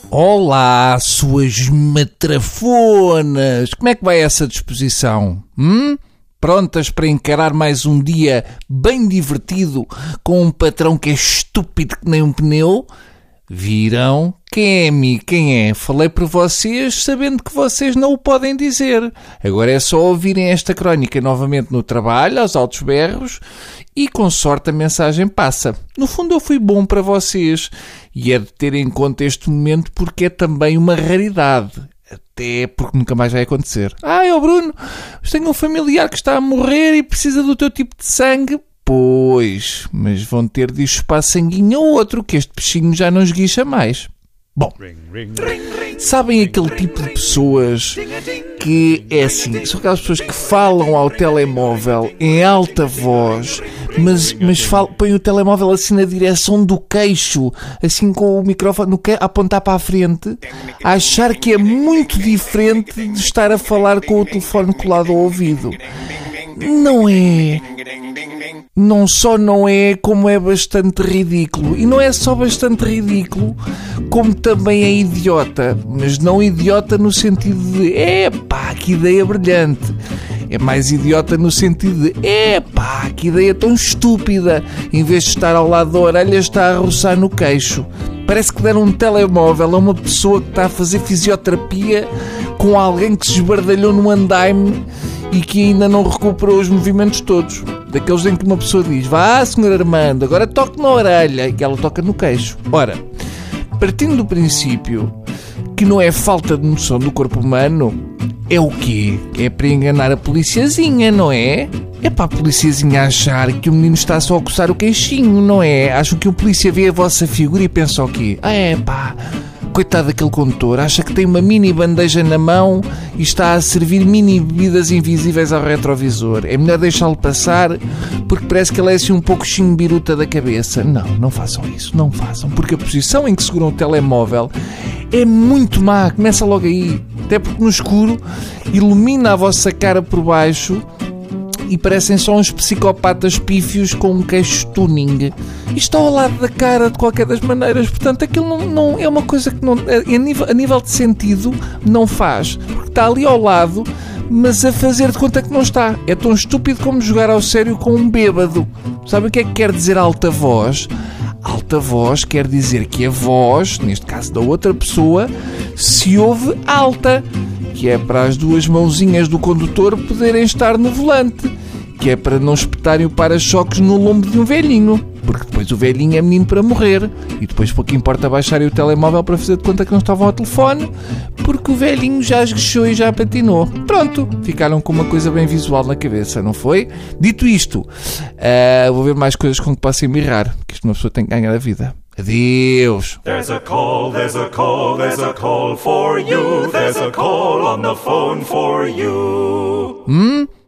Olá, suas matrafonas! Como é que vai essa disposição? Prontas para encarar mais um dia bem divertido com um patrão que é estúpido que nem um pneu? Viram? Quem é? Falei por vocês sabendo que vocês não o podem dizer. Agora é só ouvirem esta crónica novamente no trabalho, aos altos berros, e com sorte a mensagem passa. No fundo eu fui bom para vocês e é de ter em conta este momento porque é também uma raridade. Até porque nunca mais vai acontecer. Bruno, mas tenho um familiar que está a morrer e precisa do teu tipo de sangue. Pois, mas vão ter de chupar sanguinho ou outro, que este peixinho já não esguicha mais. Bom, sabem aquele tipo de pessoas que é assim, são aquelas pessoas que falam ao telemóvel em alta voz, mas põem o telemóvel assim na direção do queixo, assim com o microfone a apontar para a frente, a achar que é muito diferente de estar a falar com o telefone colado ao ouvido. Não é. Não só não é, como é bastante ridículo. E não é só bastante ridículo, como também é idiota. Mas não idiota no sentido de que ideia brilhante. É mais idiota no sentido de que ideia tão estúpida. Em vez de estar ao lado da orelha, está a roçar no queixo. Parece que deram um telemóvel a uma pessoa que está a fazer fisioterapia com alguém que se esbardalhou no andaime e que ainda não recuperou os movimentos todos. Daqueles em que uma pessoa diz: vá, Sr. Armando, agora toque na orelha, e que ela toca no queixo. Ora, partindo do princípio que não é falta de noção do corpo humano, é o quê? É para enganar a policiazinha, não é? É para a policiazinha achar que o menino está só a coçar o queixinho, não é? Acham que o polícia vê a vossa figura e pensa o quê? Coitado daquele condutor, acha que tem uma mini bandeja na mão e está a servir mini bebidas invisíveis ao retrovisor. É melhor deixá-lo passar porque parece que ele é assim um pouco chimbiruta da cabeça. Não façam isso, não façam, porque a posição em que seguram o telemóvel é muito má, começa logo aí. Até porque no escuro ilumina a vossa cara por baixo e parecem só uns psicopatas pífios com um queixo tuning. E está ao lado da cara de qualquer das maneiras. Portanto, aquilo não é uma coisa que não, a nível de sentido não faz. Porque está ali ao lado, mas a fazer de conta que não está. É tão estúpido como jogar ao sério com um bêbado. Sabe o que é que quer dizer alta voz? Alta voz quer dizer que a voz, neste caso da outra pessoa, se ouve alta. Que é para as duas mãozinhas do condutor poderem estar no volante, que é para não espetarem o para-choques no lombo de um velhinho, porque depois o velhinho é menino para morrer, e depois pouco importa baixarem o telemóvel para fazer de conta que não estavam ao telefone, porque o velhinho já esguichou e já patinou. Pronto, ficaram com uma coisa bem visual na cabeça, não foi? Dito isto, vou ver mais coisas com que possa embirrar, que isto uma pessoa tem que ganhar a vida. Adeus. There's a call for you. There's a call on the phone for you.